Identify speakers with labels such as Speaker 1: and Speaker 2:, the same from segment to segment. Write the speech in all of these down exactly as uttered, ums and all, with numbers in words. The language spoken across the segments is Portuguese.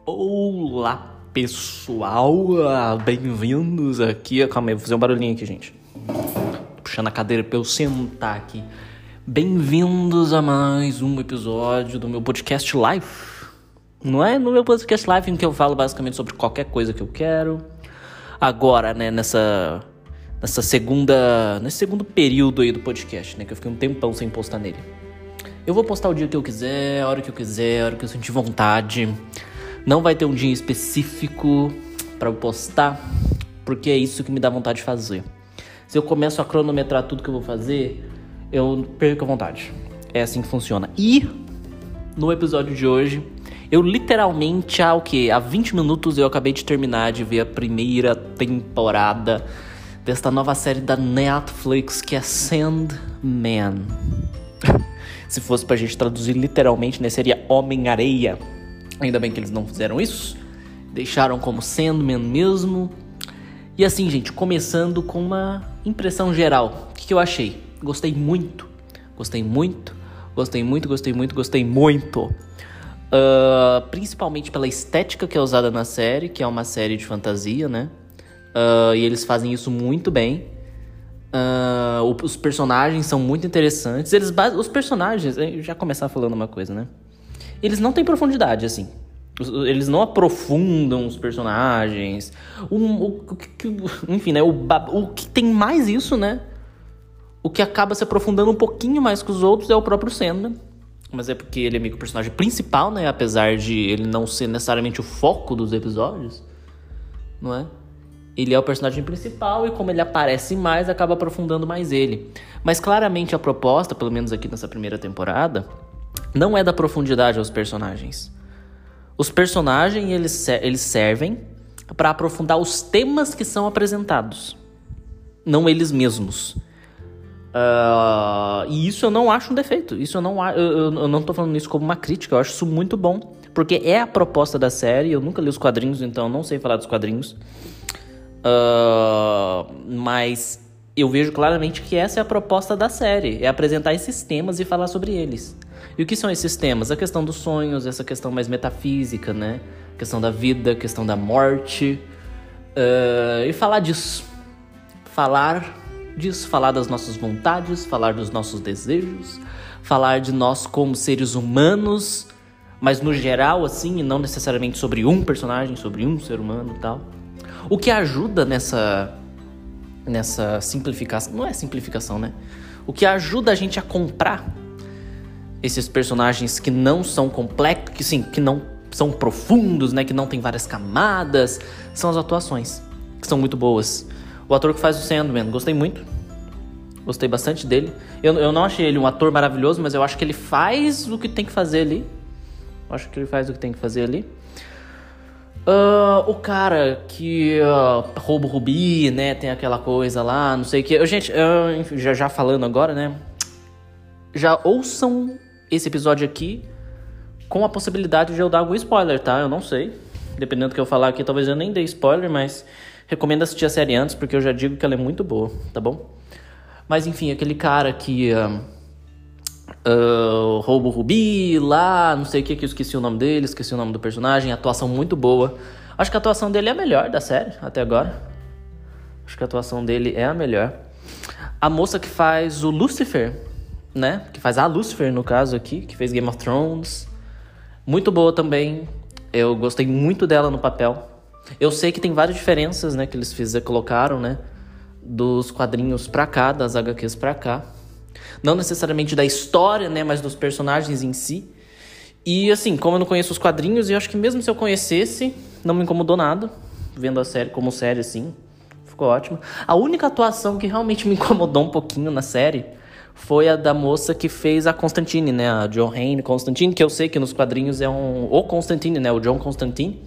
Speaker 1: Olá, pessoal, bem-vindos aqui. Calma aí, vou fazer um barulhinho aqui, gente. Tô puxando a cadeira pra eu sentar aqui. Bem-vindos a mais um episódio do meu podcast live. Não é no meu podcast live em que eu falo basicamente sobre qualquer coisa que eu quero. Agora, né, nessa, nessa segunda, nesse segundo período aí do podcast, né, que eu fiquei um tempão sem postar nele. Eu vou postar o dia que eu quiser, a hora que eu quiser, a hora que eu sentir vontade. Não vai ter um dia específico pra eu postar, porque é isso que me dá vontade de fazer. Se eu começo a cronometrar tudo que eu vou fazer, eu perco a vontade. É assim que funciona. E no episódio de hoje, eu literalmente, há o quê? Há vinte minutos eu acabei de terminar de ver a primeira temporada desta nova série da Netflix, que é Sandman. Se fosse pra gente traduzir literalmente, né, seria Homem-Areia. Ainda bem que eles não fizeram isso. Deixaram como Sandman mesmo. E assim, gente, começando com uma impressão geral. O que, que eu achei? Gostei muito. Gostei muito. Gostei muito, gostei muito, gostei muito. Uh, principalmente pela estética que é usada na série, que é uma série de fantasia, né? Uh, e eles fazem isso muito bem. Uh, os personagens são muito interessantes. Eles, os personagens, eu já começar falando uma coisa, né? Eles não têm profundidade, assim. Eles não aprofundam os personagens. O, o, o, enfim, né? O, o que tem mais isso, né? O que acaba se aprofundando um pouquinho mais que os outros é o próprio Sandman. Mas é porque ele é meio que o personagem principal, né? Apesar de ele não ser necessariamente o foco dos episódios, não é? Ele é o personagem principal e como ele aparece mais, acaba aprofundando mais ele. Mas claramente a proposta, pelo menos aqui nessa primeira temporada, não é da profundidade aos personagens. Os personagens, eles, eles servem para aprofundar os temas que são apresentados. Não eles mesmos. Uh, e isso eu não acho um defeito. Isso eu não, eu, eu não tô falando isso como uma crítica. Eu acho isso muito bom. Porque é a proposta da série. Eu nunca li os quadrinhos, então eu não sei falar dos quadrinhos. Uh, mas eu vejo claramente que essa é a proposta da série. É apresentar esses temas e falar sobre eles. E o que são esses temas? A questão dos sonhos, essa questão mais metafísica, né? A questão da vida, a questão da morte. Uh, e falar disso. Falar disso, falar das nossas vontades, falar dos nossos desejos, falar de nós como seres humanos, mas no geral, assim, e não necessariamente sobre um personagem, sobre um ser humano e tal. O que ajuda nessa, nessa simplificação, não é simplificação, né? O que ajuda a gente a comprar esses personagens que não são complexos, que sim, que não são profundos, né? Que não tem várias camadas, são as atuações, que são muito boas. O ator que faz o Sandman, gostei muito. Gostei bastante dele. Eu, eu não achei ele um ator maravilhoso, mas eu acho que ele faz o que tem que fazer ali. Eu acho que ele faz o que tem que fazer ali. Uh, o cara que uh, rouba o Rubi, né? Tem aquela coisa lá, não sei o que. Eu, gente, eu, enfim, já, já falando agora, né? Já ouçam esse episódio aqui com a possibilidade de eu dar algum spoiler, tá? Eu não sei. Dependendo do que eu falar aqui, talvez eu nem dê spoiler, mas recomendo assistir a série antes, porque eu já digo que ela é muito boa, tá bom? Mas enfim, aquele cara que uh, uh, rouba o Rubi lá, não sei o que, que eu esqueci o nome dele, esqueci o nome do personagem, atuação muito boa. Acho que a atuação dele é a melhor da série, até agora. Acho que a atuação dele é a melhor. A moça que faz o Lucifer, né? Que faz a Lucifer, no caso aqui, que fez Game of Thrones. Muito boa também. Eu gostei muito dela no papel. Eu sei que tem várias diferenças, né, que eles fizeram, colocaram, né, dos quadrinhos pra cá, das agá quês pra cá. Não necessariamente da história, né, mas dos personagens em si. E assim, como eu não conheço os quadrinhos, eu acho que mesmo se eu conhecesse, não me incomodou nada, vendo a série como série, assim. Ficou ótimo. A única atuação que realmente me incomodou um pouquinho na série foi a da moça que fez a Constantine, né, a Johanna Constantine, que eu sei que nos quadrinhos é um... o Constantine, né, o John Constantine.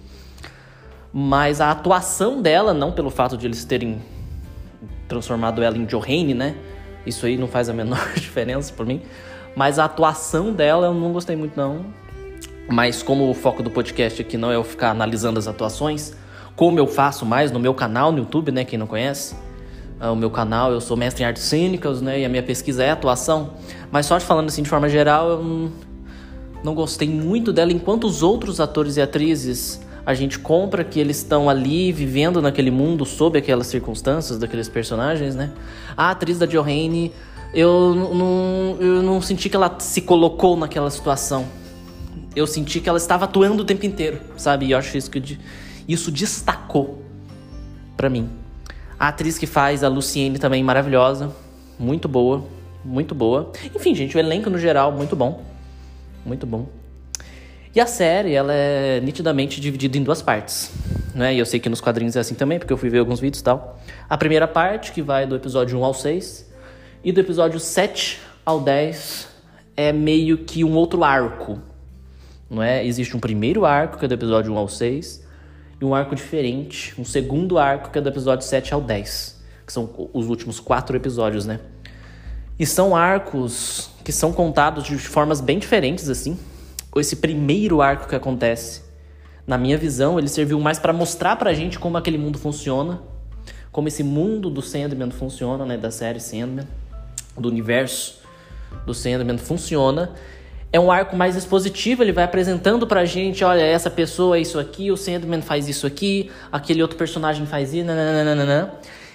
Speaker 1: Mas a atuação dela, não pelo fato de eles terem transformado ela em Johanna, né? Isso aí não faz a menor diferença pra mim. Mas a atuação dela eu não gostei muito, não. Mas como o foco do podcast aqui não é eu ficar analisando as atuações, como eu faço mais no meu canal no YouTube, né? Quem não conhece, o meu canal, eu sou mestre em artes cênicas, né? E a minha pesquisa é atuação. Mas só te falando assim de forma geral, eu não, não gostei muito dela, enquanto os outros atores e atrizes A gente compra que eles estão ali vivendo naquele mundo sob aquelas circunstâncias daqueles personagens, né? A atriz da Johanne, eu não, eu não senti que ela se colocou naquela situação. Eu senti que ela estava atuando o tempo inteiro, sabe? E eu acho isso que isso destacou pra mim. A atriz que faz a Luciene também maravilhosa, muito boa, muito boa. Enfim, gente, o elenco no geral muito bom, muito bom. E a série, ela é nitidamente dividida em duas partes, né? E eu sei que nos quadrinhos é assim também, porque eu fui ver alguns vídeos e tal. A primeira parte, que vai do episódio um ao seis, e do episódio sete ao dez, é meio que um outro arco, não é? Existe um primeiro arco, que é do episódio um ao seis, e um arco diferente, um segundo arco, que é do episódio sete ao dez, que são os últimos quatro episódios, né? E são arcos que são contados de formas bem diferentes, assim. Esse primeiro arco que acontece, na minha visão, ele serviu mais para mostrar pra gente como aquele mundo funciona, como esse mundo do Sandman funciona, né, da série Sandman, do universo do Sandman funciona. É um arco mais expositivo, ele vai apresentando pra gente, olha, essa pessoa é isso aqui, o Sandman faz isso aqui, aquele outro personagem faz isso, nananana.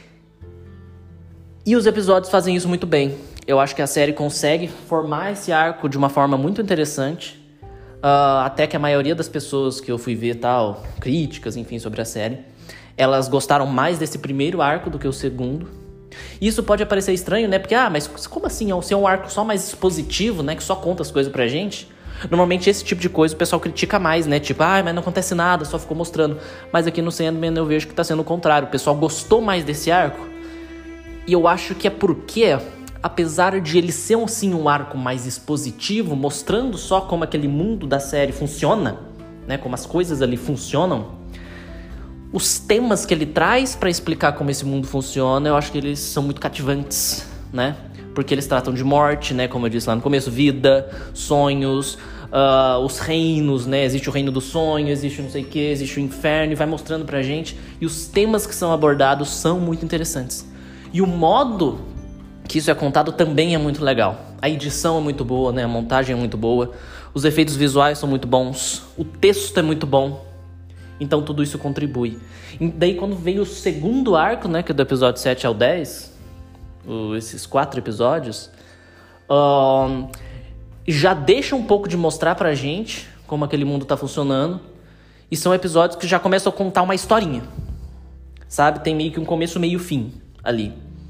Speaker 1: E os episódios fazem isso muito bem. Eu acho que a série consegue formar esse arco de uma forma muito interessante. Uh, até que a maioria das pessoas que eu fui ver tal, críticas, enfim, sobre a série, elas gostaram mais desse primeiro arco do que o segundo. Isso pode parecer estranho, né? Porque, ah, mas como assim? Se é um arco só mais expositivo, né? Que só conta as coisas pra gente. Normalmente esse tipo de coisa o pessoal critica mais, né? Tipo, ah, mas não acontece nada, só ficou mostrando. Mas aqui no Sandman eu vejo que tá sendo o contrário. O pessoal gostou mais desse arco. E eu acho que é porque, apesar de ele ser assim, um arco mais expositivo, mostrando só como aquele mundo da série funciona, né, como as coisas ali funcionam, os temas que ele traz para explicar como esse mundo funciona, eu acho que eles são muito cativantes, né? Porque eles tratam de morte, né, como eu disse lá no começo, vida, sonhos, uh, os reinos, né? Existe o reino do sonho, existe não sei o que, existe o inferno, e vai mostrando pra gente. E os temas que são abordados são muito interessantes. E o modo que isso é contado também é muito legal. A edição é muito boa, né? A montagem é muito boa. Os efeitos visuais são muito bons. O texto é muito bom. Então tudo isso contribui. E daí quando veio o segundo arco, né? Que é do episódio sete ao dez. O, esses quatro episódios. Um, já deixa um pouco de mostrar pra gente como aquele mundo tá funcionando. E são episódios que já começam a contar uma historinha. Sabe? Tem meio que um começo, meio fim ali.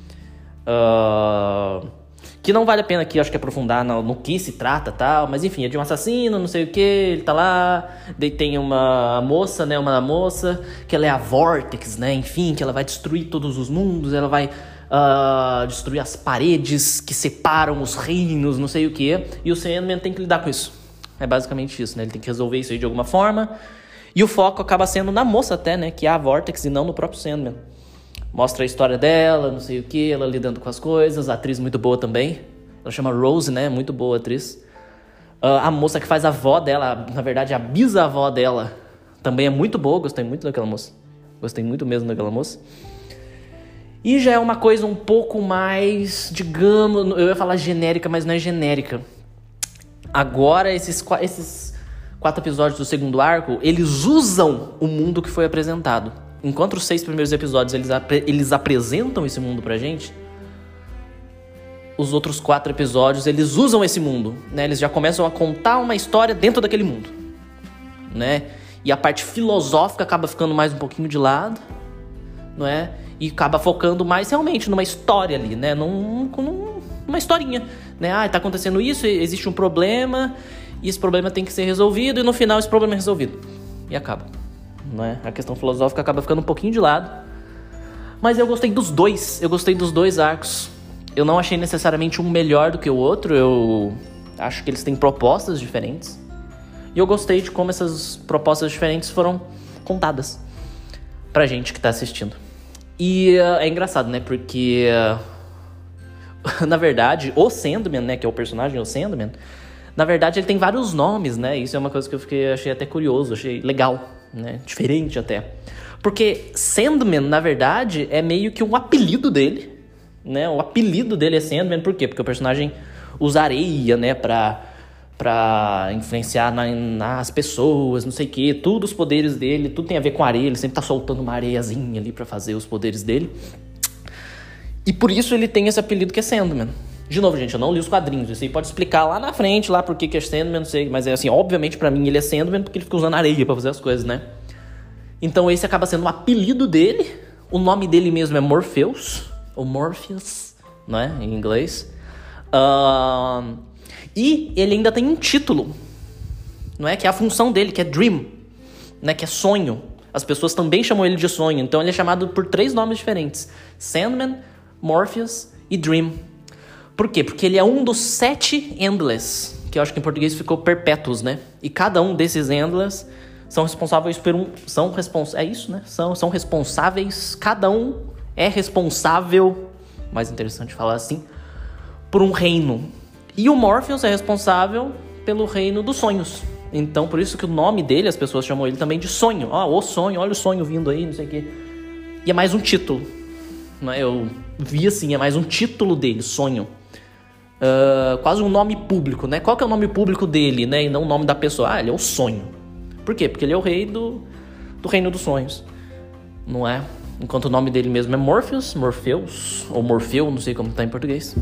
Speaker 1: Uh, que não vale a pena aqui, acho que aprofundar no, no que se trata tal, mas enfim, é de um assassino, não sei o que, ele tá lá, daí tem uma moça, né, uma moça, que ela é a Vortex, né, enfim, que ela vai destruir todos os mundos, ela vai uh, destruir as paredes que separam os reinos, não sei o que, e o Sandman tem que lidar com isso. É basicamente isso, né, ele tem que resolver isso aí de alguma forma, e o foco acaba sendo na moça até, né, que é a Vortex e não no próprio Sandman. Mostra a história dela, não sei o que, ela lidando com as coisas, a atriz muito boa também. Ela chama Rose, né? Muito boa atriz. Uh, a moça que faz a avó dela, na verdade a bisavó dela, também é muito boa, gostei muito daquela moça. Gostei muito mesmo daquela moça. E já é uma coisa um pouco mais, digamos, eu ia falar genérica, mas não é genérica. Agora, esses, esses quatro episódios do segundo arco, eles usam o mundo que foi apresentado. Enquanto os seis primeiros episódios eles, apre- eles apresentam esse mundo pra gente, os outros quatro episódios eles usam esse mundo, né? Eles já começam a contar uma história dentro daquele mundo, né? E a parte filosófica acaba ficando mais um pouquinho de lado, não é? E acaba focando mais realmente numa história ali, né? Num, num, numa historinha, né? Ah, tá acontecendo isso, existe um problema, e esse problema tem que ser resolvido, e no final esse problema é resolvido. E acaba. Não é? A questão filosófica acaba ficando um pouquinho de lado. Mas eu gostei dos dois. Eu gostei dos dois arcos. Eu não achei necessariamente um melhor do que o outro. Eu acho que eles têm propostas diferentes. E eu gostei de como essas propostas diferentes foram contadas pra gente que tá assistindo. E uh, é engraçado, né? Porque uh, na verdade, o Sandman, né? Que é o personagem, o Sandman, na verdade ele tem vários nomes, né? Isso é uma coisa que eu fiquei, achei até curioso, achei legal, né? Diferente até. Porque Sandman, na verdade, é meio que um apelido dele, né? O apelido dele é Sandman, por quê? Porque o personagem usa areia, né? Pra, pra influenciar na, nas pessoas, não sei o que, tudo os poderes dele, tudo tem a ver com areia, ele sempre tá soltando uma areiazinha ali pra fazer os poderes dele. E por isso ele tem esse apelido que é Sandman. De novo, gente, eu não li os quadrinhos, isso aí pode explicar lá na frente, lá por que que é Sandman, não sei, mas é assim, obviamente pra mim ele é Sandman porque ele fica usando areia pra fazer as coisas, né? Então esse acaba sendo o apelido dele, o nome dele mesmo é Morpheus, ou Morpheus, né, em inglês. Uh, e ele ainda tem um título, não é? Que é a função dele, que é Dream, né? Que é sonho. As pessoas também chamam ele de sonho, então ele é chamado por três nomes diferentes: Sandman, Morpheus e Dream. Por quê? Porque ele é um dos sete Endless, que eu acho que em português ficou perpétuos, né? E cada um desses Endless são responsáveis por um... São respons... É isso, né? São, são responsáveis... Cada um é responsável... Mais interessante falar assim... Por um reino. E o Morpheus é responsável pelo reino dos sonhos. Então, por isso que o nome dele, as pessoas chamam ele também de sonho. Ó, oh, o sonho, olha o sonho vindo aí, não sei o quê. E é mais um título. Né? Eu vi assim, é mais um título dele, sonho. Uh, quase um nome público, né? Qual que é o nome público dele, né? E não o nome da pessoa. Ah, ele é o sonho. Por quê? Porque ele é o rei do, do reino dos sonhos. Não é? Enquanto o nome dele mesmo é Morpheus, Morpheus, ou Morfeu, não sei como tá em português.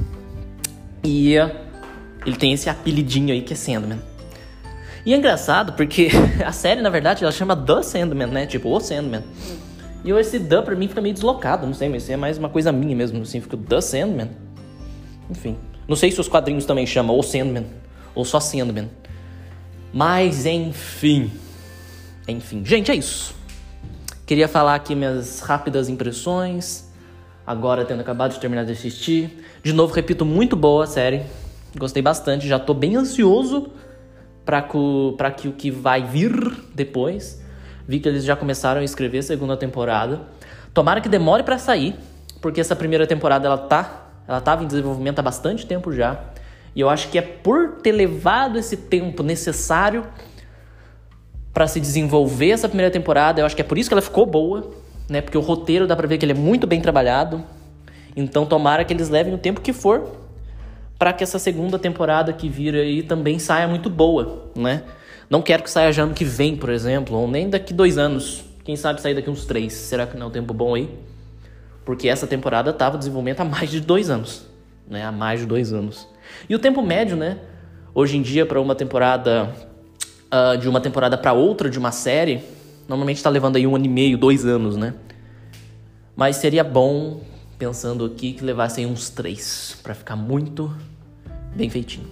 Speaker 1: E uh, ele tem esse apelidinho aí que é Sandman. E é engraçado porque a série, na verdade, ela chama The Sandman, né? Tipo, o Sandman. E esse The pra mim fica meio deslocado, não sei, mas é mais uma coisa minha mesmo, assim, fica The Sandman. Enfim. Não sei se os quadrinhos também chamam ou Sandman, ou só Sandman. Mas, enfim. Enfim. Gente, é isso. Queria falar aqui minhas rápidas impressões. Agora, tendo acabado de terminar de assistir. De novo, repito, muito boa a série. Gostei bastante. Já tô bem ansioso pra, co- pra que o que vai vir depois. Vi que eles já começaram a escrever a segunda temporada. Tomara que demore pra sair, porque essa primeira temporada, ela tá... Ela estava em desenvolvimento há bastante tempo já. E eu acho que é por ter levado esse tempo necessário para se desenvolver essa primeira temporada. Eu acho que é por isso que ela ficou boa, né? Porque o roteiro dá para ver que ele é muito bem trabalhado. Então tomara que eles levem o tempo que for para que essa segunda temporada que vir aí também saia muito boa, né? Não quero que saia já ano que vem, por exemplo, ou nem daqui dois anos. Quem sabe sair daqui uns três. Será que não é um tempo bom aí? Porque essa temporada estava em desenvolvimento há mais de dois anos. Né? Há mais de dois anos. E o tempo médio, né? Hoje em dia, para uma temporada... Uh, de uma temporada para outra de uma série, normalmente está levando aí um ano e meio, dois anos, né? Mas seria bom, pensando aqui, que levassem uns três. Para ficar muito bem feitinho.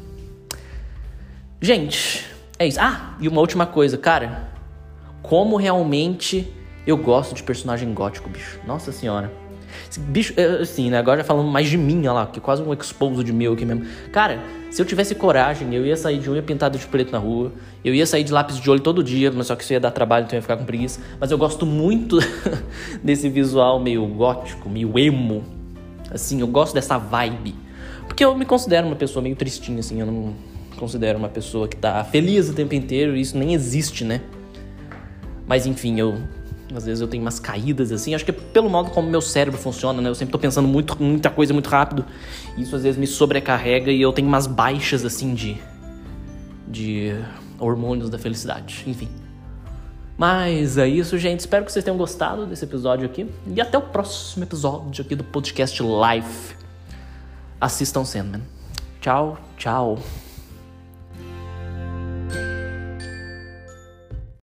Speaker 1: Gente, é isso. Ah, e uma última coisa, cara. Como realmente eu gosto de personagem gótico, bicho. Nossa senhora. Esse bicho, assim, né? Agora já falando mais de mim, olha lá, que é quase um exposed de meu aqui mesmo. Cara, se eu tivesse coragem, eu ia sair de unha pintada de preto na rua. Eu ia sair de lápis de olho todo dia, mas só que isso ia dar trabalho, então eu ia ficar com preguiça. Mas eu gosto muito desse visual meio gótico, meio emo. Assim, eu gosto dessa vibe. Porque eu me considero uma pessoa meio tristinha, assim. Eu não me considero uma pessoa que tá feliz o tempo inteiro. E isso nem existe, né? Mas enfim, eu... Às vezes eu tenho umas caídas assim. Acho que é pelo modo como meu cérebro funciona, né? Eu sempre tô pensando muito, muita coisa muito rápido. Isso às vezes me sobrecarrega e eu tenho umas baixas assim de... De hormônios da felicidade. Enfim. Mas é isso, gente. Espero que vocês tenham gostado desse episódio aqui. E até o próximo episódio aqui do podcast Live. Assistam Sandman. Tchau, tchau.